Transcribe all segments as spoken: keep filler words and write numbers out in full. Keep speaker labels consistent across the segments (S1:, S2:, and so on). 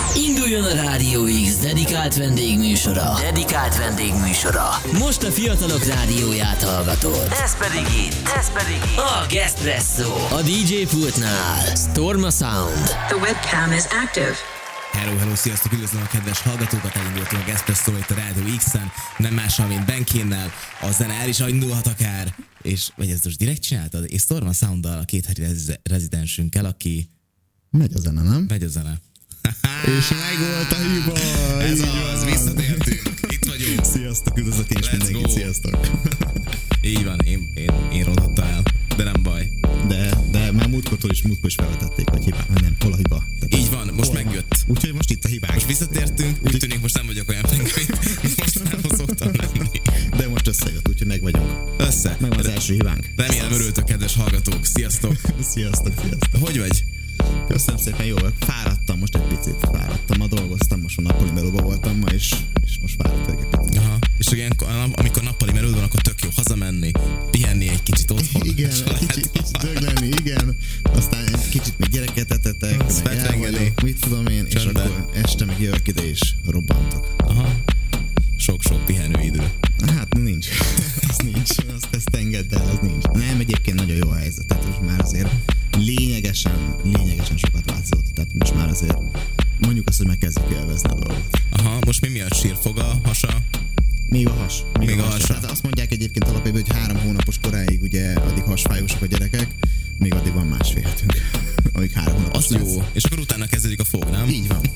S1: Induljon a Rádió X dedikált vendégműsora. Dedikált vendégműsora. Most a fiatalok rádióját hallgatod. Ez pedig itt, ez pedig itt. A Gespresso. A dé dzsé pultnál Storma Sound.
S2: The webcam is active.
S3: Hello, hello, sziasztok, üdvözlöm a kedves hallgatókat, elindultunk a Gespresso itt a Rádió X-en, nem mással, mint Benkénnel, a zene el is indulhat akár, és, vagy ezt most direkt csináltad, és Storma Sounddal, a két heti rezidensünkkel, aki...
S4: Megy a zene, nem?
S3: Megy a zene.
S4: És megvolt a hiba!
S3: Ez az, visszatértünk, itt vagyunk.
S4: Sziasztok, üdvözlök én is mindenkit, sziasztok.
S3: Így van, én, én, én rontottam el, de nem baj.
S4: De, de már múltkor is, múltkor is felvetették, hogy hibá, vagy nem, hol a hiba.
S3: Tehát így van, most megjött.
S4: Úgyhogy most itt a hibák.
S3: Most visszatértünk, úgy tűnik most nem vagyok olyan pengőt, most nem szoktam lenni.
S4: De most összejött, úgyhogy meg vagyunk.
S3: Össze.
S4: Meg az első hibánk.
S3: Remélem örültök, kedves hallgatók, sziasztok.
S4: Sziasztok, sziasztok.
S3: Hogy vagy?
S4: Köszönöm szépen, jó, fáradtam most egy picit, fáradtam, ma dolgoztam, most a nappali melóba voltam ma, és, és most fáradtam egy picit.
S3: Aha, és ugye amikor nappali melód van, akkor tök jó hazamenni, pihenni egy kicsit otthon.
S4: Igen, kicsit, kicsit dögleni, igen, aztán egy kicsit még gyereket etetek,
S3: az
S4: meg elvagyok, mit tudom én, csöndben. És akkor este meg jövök ide és robbantok.
S3: Aha, sok-sok pihenőidő.
S4: Hát nincs, az nincs, azt ezt engedd el, az nincs. Nem, egyébként nagyon jó a helyzet, tehát most már azért lényegesen, lényegesen sokat változott, tehát most már azért mondjuk azt, hogy megkezdjük élvezni a dolgot.
S3: Aha, most mi miatt sír? Foga, hasa?
S4: Még a has. Még, még a, a has.
S3: hasa.
S4: Tehát azt mondják egyébként alapjában, hogy három hónapos koráig ugye addig hasfájósak a gyerekek, még addig van másfél hetünk. Amíg három hónapos
S3: az lesz. Jó. És akkor utána kezdődik a fog, nem?
S4: Így van.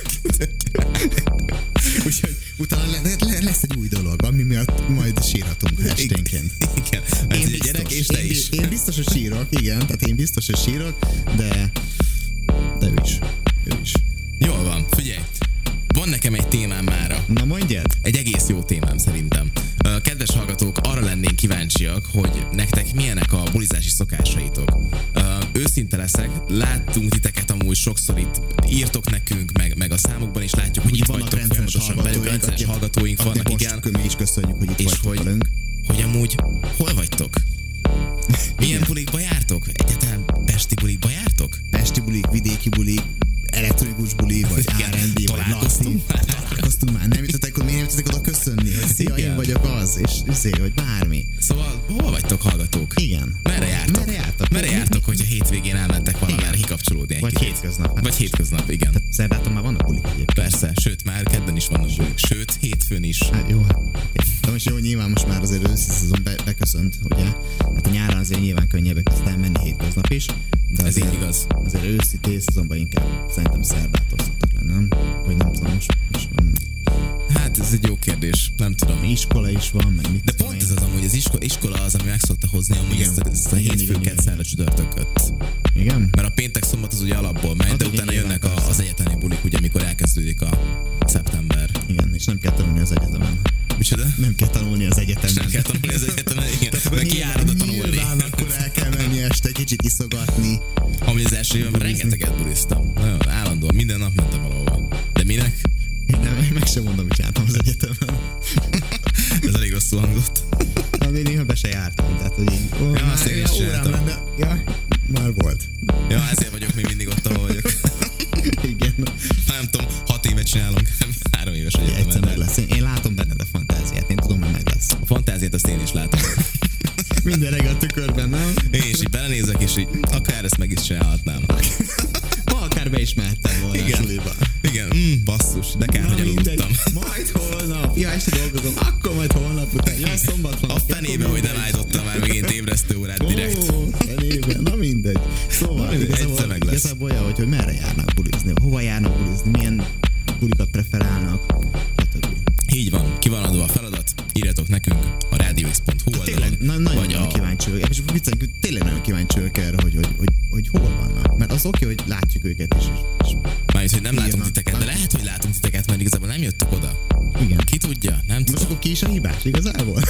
S4: Úgyhogy utána le, le, lesz egy új dolog, ami miatt majd sírhatunk esténként.
S3: Igen. Én biztos, gyerek és te
S4: én,
S3: is.
S4: Én biztos, hogy sírok, igen, tehát én biztos, hogy sírok, de de ő is. Ő is.
S3: Jól van, figyelj. Van nekem egy témám mára.
S4: Na mondjad.
S3: Egy egész jó témám szerintem. Kedves hallgatók, arra lennénk kíváncsiak, hogy nektek milyenek a bulizási szokásaitok. Őszinte leszek, láttunk titeket amúgy sokszor itt, írtok nekünk, meg, meg a számokban is látjuk, hogy itt vagytok folyamatosan velünk, rendszeres hallgatóink vannak, igen.
S4: Mi is köszönjük, hogy itt
S3: és
S4: vagytok
S3: hogy,
S4: velünk.
S3: hogy amúgy hol vagytok? Milyen bulikba jártok? Egyáltalán pesti bulikba jártok?
S4: Pesti bulik, vidéki bulik, elektronikus buli, vagy á er en bé, vagy
S3: találkoztunk már.
S4: Találkoztunk már. Nem jöttetek oda, miért nem jöttetek oda köszönni, hogy szia, én vagyok az, és izé, vagy bármi.
S3: Szóval hol vagytok, hallgatók?
S4: Igen.
S3: Merre jártok?
S4: Merre jártok?
S3: Merre jártok, hogyha hétvégén elmentek valamerre kikapcsolódni egy
S4: vagy
S3: kicsit?
S4: hétköznap. Hát
S3: vagy hétköznap, igen.
S4: Tehát szerdától már vannak bulik egyébként.
S3: Persze, sőt, már kedden is vannak bulik. Sőt, hétfőn is.
S4: Hát jó, hát okay. De most jó, nyilván most már azért őszi szezon be, beköszönt, ugye? Hát a nyáron azért nyilván könnyebb aztán menni hétköznap is. De
S3: ez
S4: azért,
S3: így igaz.
S4: Azért őszi tészezonban inkább szerintem szerdától szoktak lenni, nem? Vagy nem tudom, most, most um,
S3: hát ez egy jó kérdés, nem tudom.
S4: Iskola is van, meg mit
S3: de pont én. Ez az amúgy, az iskola, iskola az, ami meg szokta hozni amúgy ezt a, ezt a hétfőket, szerda, csütörtököt.
S4: Igen?
S3: Mert a péntek szombat az ugye alapból megy, hát de utána jönnek a, az egyetemi bulik, ugye, amikor elkezdődik a szeptember.
S4: Igen, és nem kell tanulni az egyetemen.
S3: Micsoda?
S4: Nem kell tanulni az egyetemen.
S3: Nem kell tanulni az egyetemen, igen. De kijárod a tanulni.
S4: Nyilván akkor el kell menni este, kicsit iszogatni.
S3: Ami az első évben rengeteget buliztam. Nagyon állandóan, minden nap mentem valahova. De minek?
S4: Én nem, meg sem mondom, hogy jártam az egyetemen.
S3: Ez elég rosszul hangot.
S4: Hát én néha be se jártam, tehát hogy én... Ó,
S3: ja,
S4: már,
S3: azt én is
S4: órám lenne. Ja, már volt.
S3: Ja, ezért vagyok még mindig ott, ahol vagyok.
S4: Igen.
S3: Nem tudom, hat évet csinálunk, három éves egyetemen.
S4: Egyszer meg lesz. Én, én látom benned a fantáziát, én tudom, hogy meg lesz.
S3: A fantáziát azt én is látom.
S4: Minden reggel a tükörben, nem?
S3: Én is így belenézek, és így akár ezt meg is csinálhatnám.
S4: Ma akár be is mehettem volna
S3: igen.
S4: A suliba.
S3: Igen, mm, basszus, de kár, hogy aludtam.
S4: Majd holnap. Ja, este dolgozom, akkor majd holnap után. Ja, szombat van.
S3: A fenébe, hogy nem állítottam már megint ébresztő órát direkt.
S4: Ó, fenébe, na mindegy. Szóval,
S3: egyszer meg lesz.
S4: Igazából olyan, hogy, hogy merre járnak bulizni, hova járnak bulizni, milyen bulikat preferálnak, stb.
S3: Így van, ki van adva a feladat, írjatok nekünk a rádióx pont hu oldalon.
S4: Tényleg, na, nagyon,
S3: vagy
S4: nagyon
S3: a...
S4: kíváncsi vagyok, és viccelünk, tényleg nagyon kíváncsi vagyok erre, hogy, hogy, hogy, hogy hol vannak. Mert az oké, hogy látjuk őket is. És
S3: mármint, hogy nem
S4: írnak.
S3: látunk titeket, de lehet, hogy látunk titeket, mert igazából nem jöttök oda.
S4: Igen.
S3: Ki tudja? Nem tudom.
S4: Most akkor ki is a hibás igazából?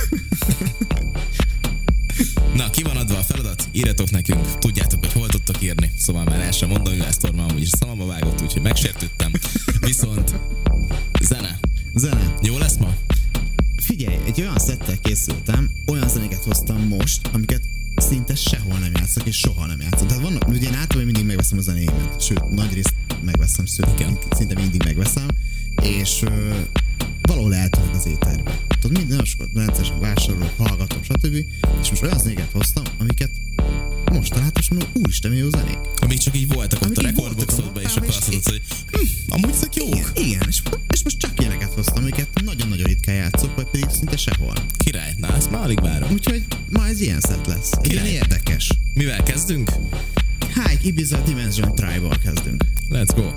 S3: Na, ki van adva a feladat? Írjatok nekünk, tudjátok, hogy hol tudtok írni. Szóval már el sem mondom, hogy ezt Torma amúgy is szalamba vágott, úgyhogy megsértődtem. Viszont zene.
S4: Zene.
S3: Jó lesz ma?
S4: Figyelj, egy olyan szettel készültem, olyan zenéket hoztam most, amiket szinte sehol nem játszok, és soha nem játszok. Tehát vannak, ugye én általában mindig megveszem a zenéimet, sőt, nagy részt megveszem szőlőt, szinte mindig megveszem, és ö, valahol eltűnik az éterbe. Tudod, minden nagyon sokat rendszeresen vásárolok, hallgatom, stb. És most olyan zéget hoztam, amiket most találtam, és mondom, úristen, mi jó zenék.
S3: Amik csak így voltak
S4: Amik
S3: ott a
S4: így
S3: rekordboxodban, és
S4: voltak,
S3: akkor azt mondod, hogy hm, amúgy ezek jók.
S4: Igen, igen, és, és most csak ilyeneket hoztam, amiket nagyon-nagyon ritkán játszok, vagy pedig szinte sehol.
S3: Király, na ezt már alig várom.
S4: Úgyhogy ma ez ilyen szett lesz.
S3: Király.
S4: Igen, érdekes.
S3: Mivel kezdünk?
S4: Hike Ibiza Dimension Tribe-val kezdünk.
S3: Let's go!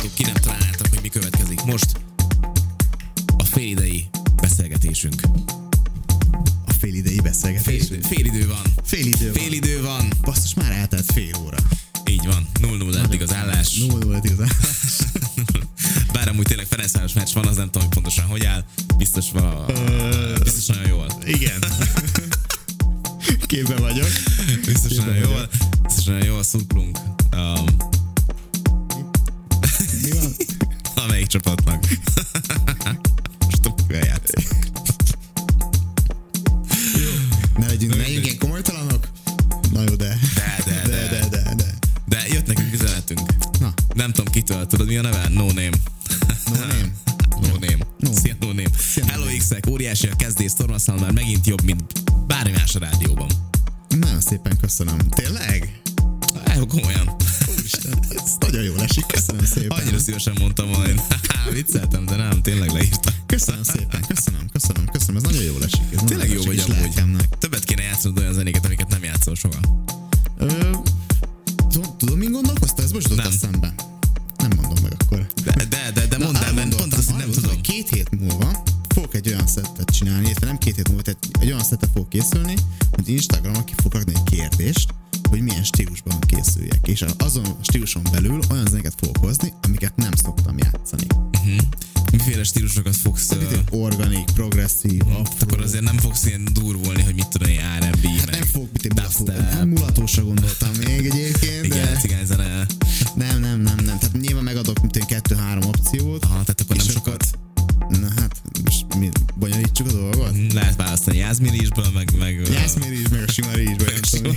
S3: hallgatók, ki nem találnátok, hogy mi következik. Most a félidei beszélgetésünk.
S4: A félidei beszélgetésünk?
S3: Fél, félidő van.
S4: Félidő van.
S3: Félidő van.
S4: Basszus, már eltelt fél óra.
S3: Így van. nulla nulla eddig az állás.
S4: nulla nulla eddig az állás.
S3: Bár amúgy tényleg Ferencváros meccs van, az nem tudom, hogy pontosan hogy áll. Biztos van. Uh, biztos nagyon jól.
S4: Igen. Képben vagyok.
S3: Biztos nagyon jól. Biztos nagyon jól szurkolunk. Um,
S4: Mi van?
S3: Amelyik csapatnak. Most tudjuk eljátszani.
S4: Ne legyünk, ne legyünk ilyen komolytalanok. Na jó, de.
S3: De, de, de.
S4: De, de, de, de.
S3: De jött nekünk üzenetünk.
S4: Na.
S3: Nem tudom kitől, tudod mi a neve? No Name.
S4: No Name.
S3: No Name.
S4: No.
S3: Szia No Name.
S4: Szia,
S3: Hello X-ek, óriási a kezdés, Stormaszal már megint jobb, mint bármi más a rádióban.
S4: Nagyon szépen köszönöm. Tényleg?
S3: Elho, komolyan.
S4: Úristen, ez nagyon jól esik, köszönöm szépen.
S3: Annyira szívesen mondtam volna, hogy vicceltem, de nem, tényleg leírtam.
S4: Köszönöm szépen, köszönöm, köszönöm, köszönöm, ez nagyon jól esik. Ez
S3: Tényleg jó vagy amúgy.
S4: Lelkemnek.
S3: Többet kéne játszanod olyan zenéket, amiket nem játszol soha.
S4: Ö, tudom, mint gondolkoztál? Ez most jutott eszembe. Nem mondom meg akkor.
S3: De, de, de, de mondd el, mert pont azt, hogy nem tudom.
S4: Két hét múlva fogok egy olyan szettet csinálni, illetve nem két hét múlva, tehát egy olyan szettet fogok készülni, hogy Instagramon ki fogok rakni egy kérdést, hogy milyen stílusban készüljek. És azon a stíluson belül olyan zenéket fogok hozni, amiket nem szoktam játszani.
S3: Uh-huh. Miféle stílusokat fogsz... Uh...
S4: Organik, progresszív, uh-huh. afro.
S3: Akkor azért nem fogsz ilyen durvulni, hogy mit tudom, R and B,
S4: hát
S3: meg
S4: nem fogok, mit én nem mulatósra gondoltam még egyébként.
S3: Igen,
S4: de...
S3: cigányzene.
S4: Nem, nem, nem, nem. Tehát nyilván megadok, mint én kettő-három opciót.
S3: Aha, tehát akkor nem sokat.
S4: Akkor... Na hát, most mi, bonyolítsuk a dolgot?
S3: Lehet választani Jászmin rizsből, meg... meg
S4: Jászmin rizs, meg a sima rizsből.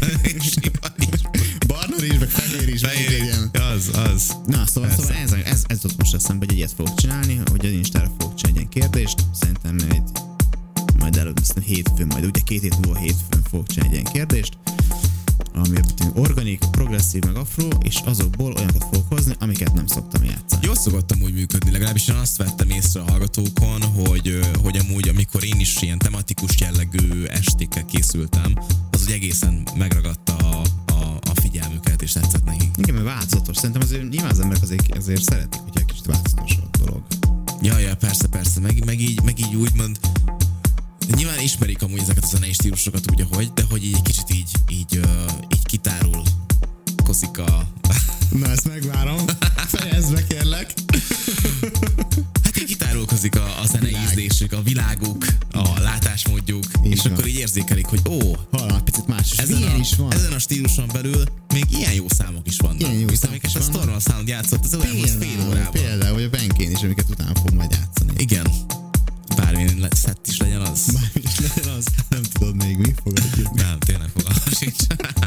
S4: Barna rizs, meg fehér rizs, meg legyen.
S3: Az, az.
S4: Na, szóval, szóval ez, ez, ez ott most eszembe, hogy egyet fogok csinálni, hogy az Instára fogok csinálni egy kérdést. Szerintem egy, majd előbb, szerintem hétfőn, majd ugye két hét múlva hétfőn fogok csinálni egy ilyen kérdést, ami organik, progresszív, meg afro, és azokból olyanokat fogok hozni, amiket nem szoktam játszani.
S3: Jól szokottam úgy működni, legalábbis én azt vettem észre a hallgatókon, hogy, hogy amúgy, amikor én is ilyen tematikus jellegű estékkel készültem, az úgy egészen megragadta a, a, a figyelmüket, és tetszett nekik.
S4: Igen, mert változatos. Szerintem azért nyilván az emberek azért, azért szeretik, hogy egy kicsit változatos a dolog.
S3: Ja, ja, persze, persze, meg, meg, így, meg így úgymond nyilván ismerik amúgy ezeket a zenei stílusokat úgy, ahogy, de hogy így egy kicsit így, így, uh, így kitárul kozik a...
S4: Na, ezt megvárom. Fejezd be, kérlek.
S3: Hát így kitárulkozik a, a zenei ízlésük, a világuk, a látásmódjuk, így és van. Akkor így érzékelik, hogy ó,
S4: hallom, picit más is.
S3: Ezen a,
S4: is van.
S3: Ezen a stíluson belül még ilyen jó számok is vannak.
S4: Ilyen jó
S3: Viszont
S4: számok is
S3: amiket a Storm Sound játszott az elmúlt fél órában.
S4: Például, hogy a Benkén is, amiket utána fog majd játszani.
S3: Igen. Bármilyen szett is legyen az.
S4: Bármilyen is legyen az. Nem tudod még mi, fogadjuk.
S3: Nem, tényleg fogalmam sincs.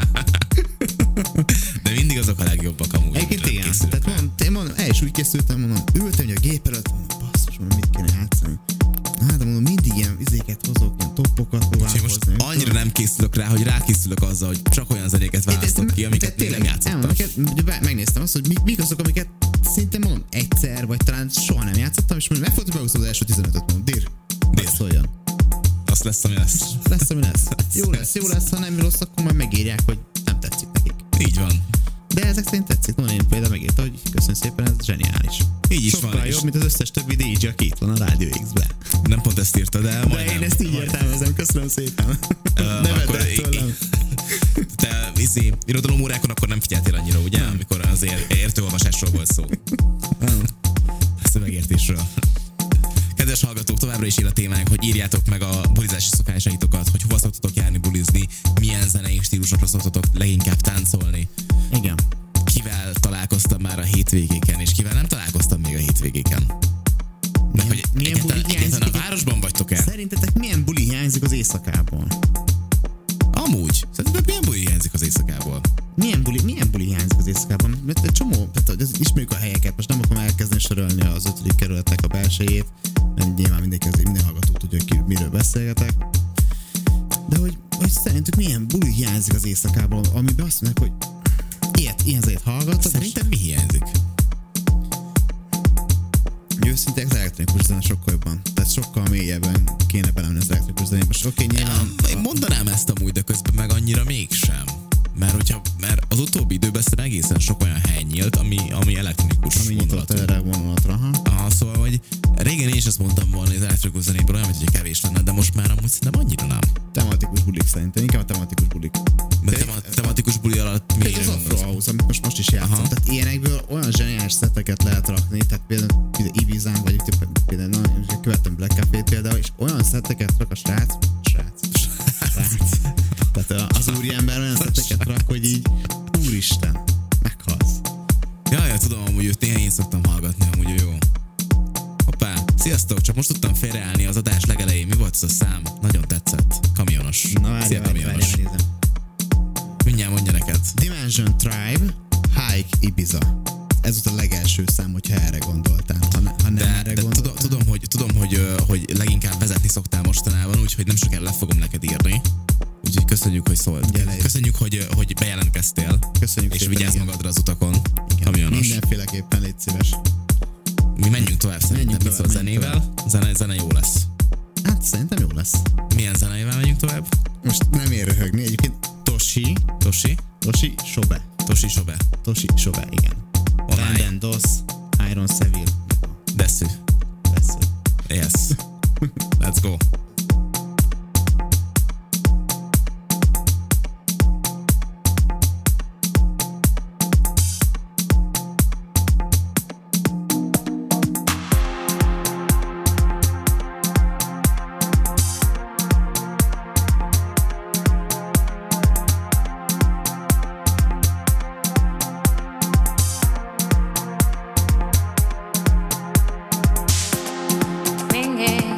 S3: De mindig azok a legjobbak amúgy.
S4: Egyébként igen. Tehát mondom, én mondom, el is úgy készültem, mondom, ültem hogy a gép előtt, mondom, basszus, mondom, mit kéne játszani. Hát, de mondom, mindig ilyen izéket hozok, ilyen toppokat próbálok
S3: most
S4: hozni.
S3: Annyira nem készülök rá, hogy rákészülök azzal, hogy csak olyan zenéket választok ki, amiket még nem játszottam.
S4: Megnéztem azt, hogy mik, mik azok, amiket szinte mondom egyszer, vagy talán soha nem játszottam, és mondom, megfogtuk meg az első tizenötöt, mondom, dir, dir, szóljon.
S3: Azt lesz, ami lesz.
S4: Lesz, ami lesz. Jó lesz, jó lesz, ha nem rossz, akkor majd megírják, hogy nem tetszik nekik.
S3: Így van.
S4: De ezek szerint tetszik. No, én például megírta, hogy köszönöm szépen, ez zseniális.
S3: Így is
S4: sokkal
S3: van.
S4: jobb, mint az összes többi dé dzsé, aki itt van a Rádió X-be.
S3: Nem pont ezt írta, de majdnem.
S4: De én ezt így értelmezem, köszönöm szépen. Uh, ne vedd el tőlem.
S3: Te izé, irodalomórákon akkor nem figyeltél annyira, ugye? Nem. Amikor azért értőolvasásról volt szó. Szövegértésről. Kedves hallgatók, továbbra is él a témánk, hogy írjátok meg a bulizási szokásaitokat, hogy hova szoktatok járni bulizni, milyen zenei stílusokra szoktatok leginkább táncolni.
S4: Igen.
S3: Kivel találkoztam már a hétvégéken, és kivel nem találkoztam még a hétvégéken. De hogy
S4: milyen
S3: egyáltalán,
S4: buli
S3: egyáltalán a városban vagytok el?
S4: Szerintetek milyen buli hiányzik az éjszakából?
S3: Amúgy. Szerintetek milyen buli hiányzik az éjszakából?
S4: Milyen buli, milyen buli hiányzik az éjszakában? Mert egy csomó, tehát ismerjük a helyeket, most nem akarom elkezdeni sorolni az ötödik kerületnek a belsejét, mert nyilván mindenki, azért minden hallgató tudja, hogy miről beszélgetek. De hogy, hogy szerintük milyen buli hiányzik az éjszakából, amiben azt mondják, hogy ilyet, ilyen zét hallgatok.
S3: Szerintem mi hiányzik?
S4: Őszintén az elektronikus zene sokkal jobban. Tehát sokkal mélyebben kéne belemenni az elektronikus zene. Most oké, okay, nyilván...
S3: Én mondanám ezt amúgy, de közben meg annyira mégsem. Mert, hogyha, mert az utóbbi időben szerintem egészen sok olyan hely nyílt, ami, ami elektronikus
S4: Ami nyitott erre vonulatra, ha?
S3: Aha, szóval, hogy régen én is azt mondtam volna, hogy az elektronikus zenéből olyan, hogy kevés lenne, de most már amúgy szerintem annyira nem.
S4: Tematikus bulik szerintem, inkább a tematikus bulik.
S3: De tema, tematikus buli alatt
S4: miért az Afro House, amit most, most is játszom. Tehát ilyenekből olyan zseniális szetteket lehet rakni, tehát például, például Ibizán, vagy például, na, követtem Black Café például, és olyan szetteket rak a srác, srác, srác. Tehát az úriember olyan szetteket rak, hogy így, úristen, meghalsz.
S3: Jaj, ja, tudom, amúgy őt néha én szoktam hallgatni, amúgy jó. Hoppá, sziasztok, csak most tudtam félreállni az adás legelején. Mi volt az a szám? Nagyon tetszett. Kamionos.
S4: Na várj,
S3: Szia,
S4: várj,
S3: kamionos.
S4: várj, várj,
S3: Mindjárt mondja neked.
S4: Dimension Tribe, Hike Ibiza. Ez volt a legelső szám, hogyha erre gondoltál. Ha, ne, ha nem
S3: de,
S4: erre
S3: de
S4: gondoltál.
S3: tudom, tudom, hogy, tudom hogy, hogy leginkább vezetni szoktál mostanában, úgyhogy nem sokára le fogom neked írni. Úgyhogy köszönjük, hogy szólt.
S4: Gyere,
S3: köszönjük, hogy, hogy bejelentkeztél.
S4: Köszönjük
S3: és
S4: szépen,
S3: vigyázz
S4: igen.
S3: magadra az utakon. Kamionos.
S4: Mindenféleképpen légy szíves.
S3: Mi menjünk tovább szerintem.
S4: Menjünk
S3: Mit szól
S4: tovább, menjünk
S3: zenével? Zene, zene jó lesz.
S4: Hát szerintem jó lesz.
S3: Milyen zenével megyünk tovább?
S4: Most nem ér röhögni. Egyébként Toshi,
S3: Toshi?
S4: Toshi Sobe.
S3: Toshi Sobe.
S4: Toshi Sobe, igen. Brandon Doss, Iron Seville.
S3: Desu.
S4: Desu.
S3: Yes. Let's go.
S5: Ringing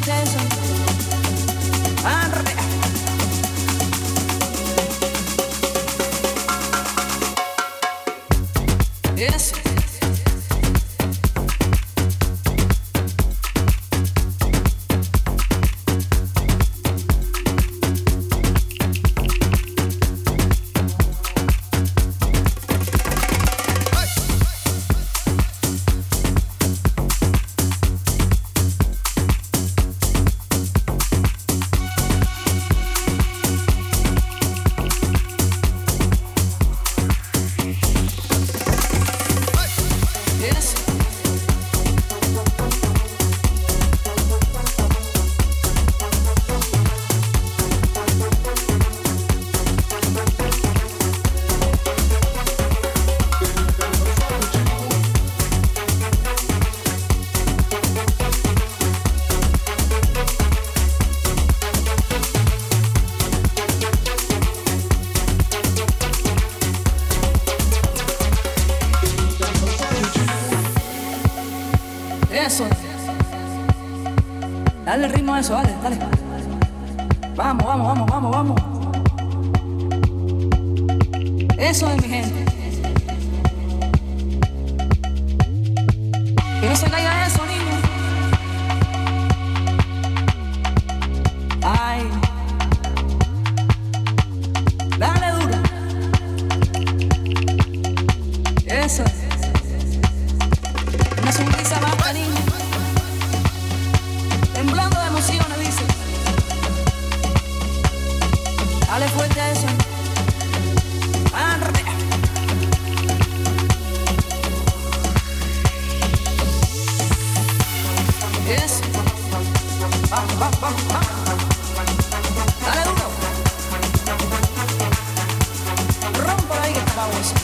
S5: fuerte eso. Arre. Eso. Eso. Dale el ritmo a eso, dale, dale. Vamos, vamos, vamos, vamos, vamos. Eso es mi gente. Que no se caiga eso, niño. Ay. Dale duro. Eso es. Una sonrisa más, cariño. Temblando de emociones, dice. Dale fuerte a eso. Arre. Eso. Vamos, vamos, vamos, vamos. Dale duro. Rompo ahí que está baboso.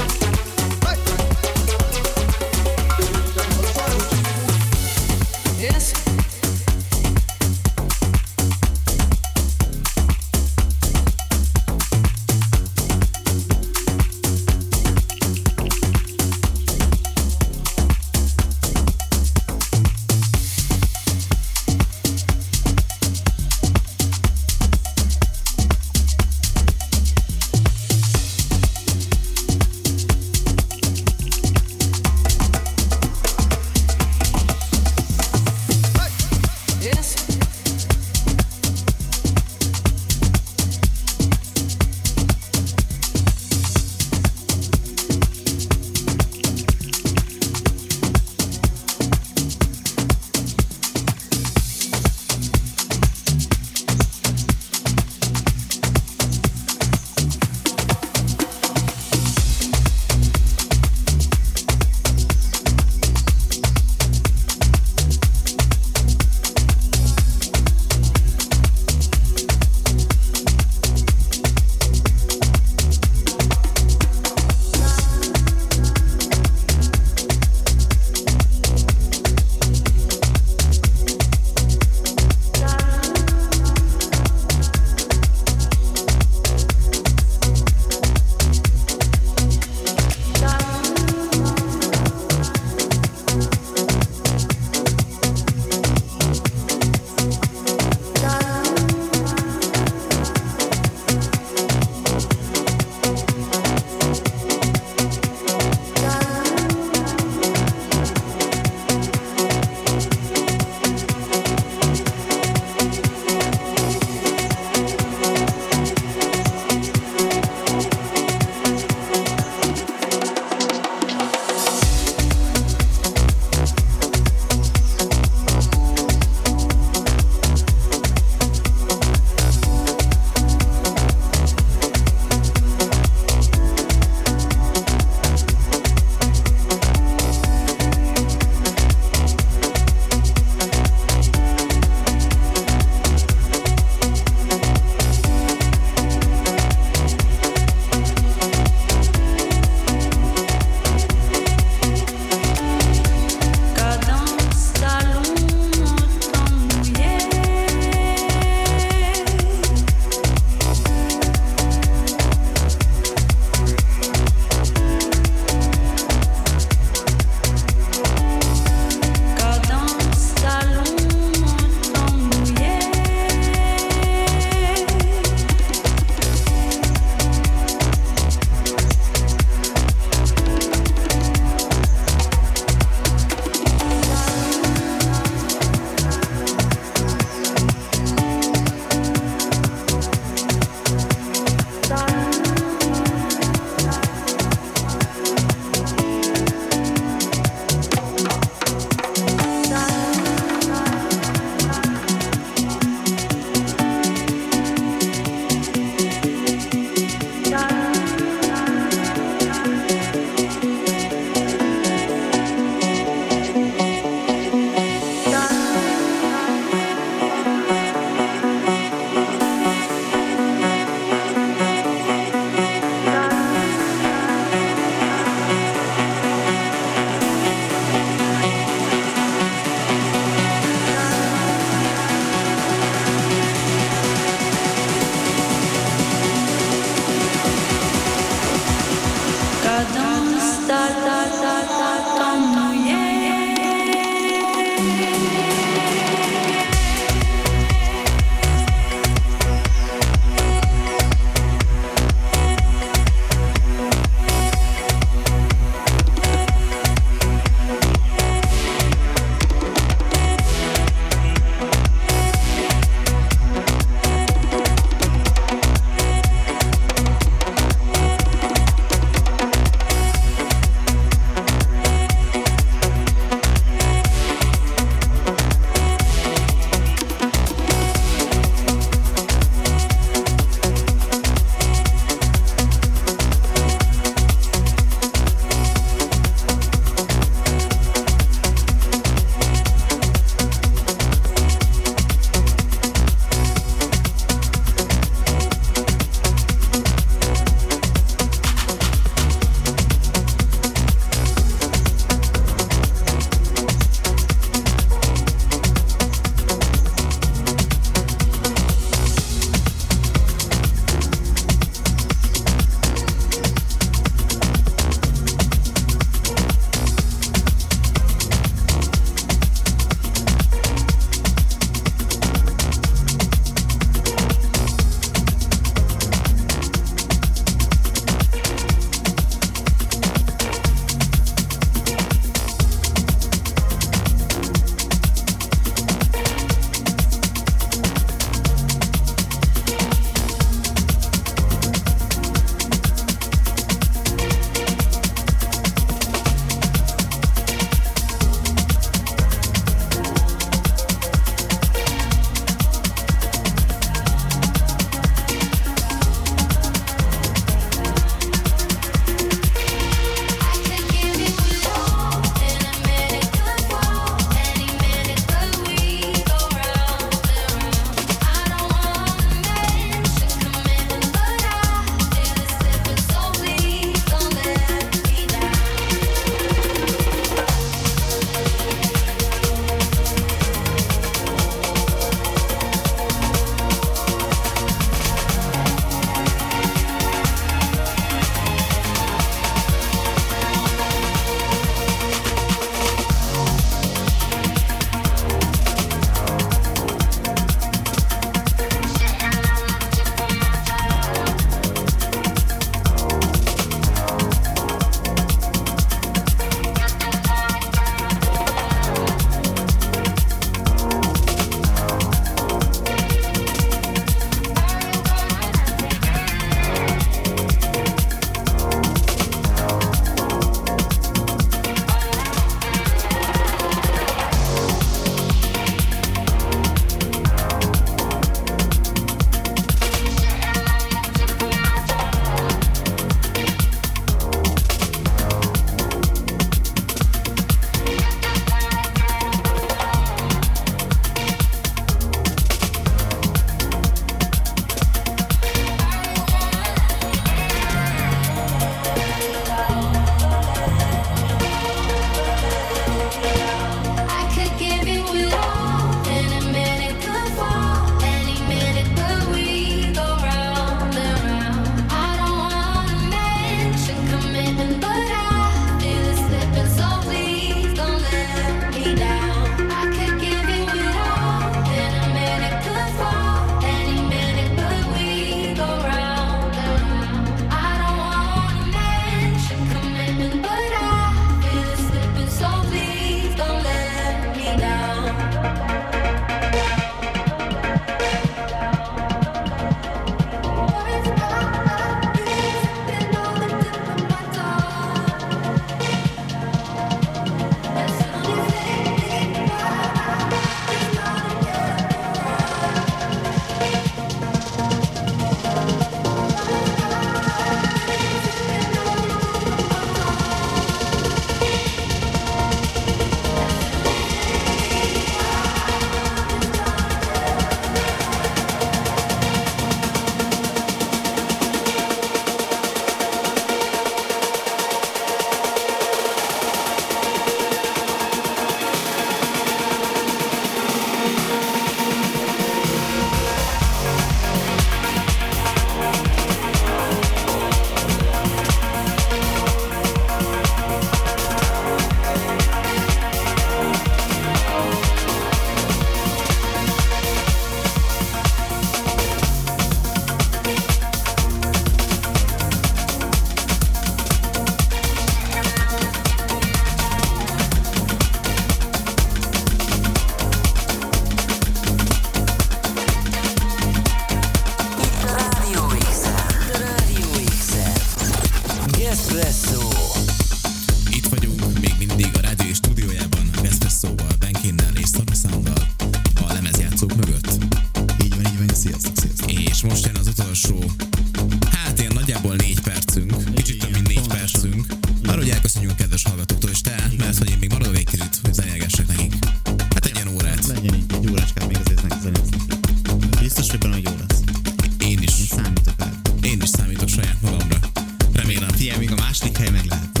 S1: Espresso.
S3: Itt vagyunk még mindig a rádió stúdiójában, a Espresso-val, Benkinnel és Stormsounddal a lemezjátszók mögött.
S4: Így van, így van, sziasztok, sziasztok.
S3: És most jön az utolsó, hát ilyen nagyjából négy percünk, kicsit több mint négy percünk. Arra, hogy elköszönjünk kedves hallgatóktól, és te, mert hogy én még maradok egy kicsit, hogy zenélgessek nekik. Hát egy ilyen órát.
S4: Legyen így, egy óráskát még azért neki zenézni. Biztos, hogy benne, hogy jó lesz.
S3: Én is.
S4: Én számítok el.
S3: Én is számítok saját magamra. Remélem.
S4: Figyelj, még a második hely meg lehet.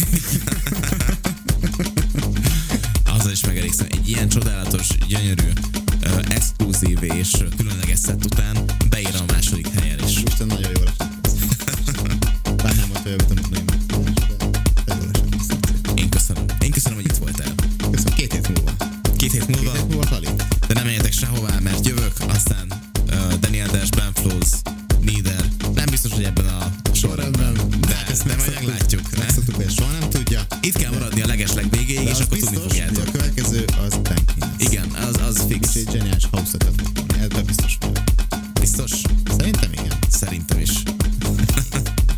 S3: Azzal is megelégszem. Egy ilyen csodálatos, gyönyörű, uh, exkluzív és különleges szett után beír a második helyen is.
S4: Isten nagyon jól esett. Bár nem volt olyan, mint a mai megtudás, de jól esett.
S3: Én köszönöm. Én köszönöm, hogy itt voltál.
S4: Köszönöm, két hét múlva.
S3: Két hét múlva.
S4: Két hét múlva, Tali.
S3: De nem menjetek sehová, mert jövök, aztán uh, Daniel Dash, Ben Flows, Nieder. Nem biztos, hogy ebben a sorrendben, de ezt nem meglátjuk.
S4: Megszoktuk, hogy soha nem tudja.
S3: Itt kell maradni a legesleg végéig,
S4: De
S3: és
S4: az
S3: akkor tudni
S4: biztos, hogy
S3: fogjátok.
S4: a következő az Benkin.
S3: Igen, az, az fix.
S4: És egy zseniális house-et fog volni, ebben biztos vagyok.
S3: Biztos?
S4: Szerintem igen.
S3: Szerintem is.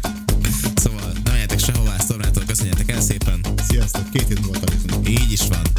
S3: Szóval nem menjetek sehová, Stormától köszönjetek el szépen.
S4: Sziasztok, két hét múlva talizunk.
S3: Így is van.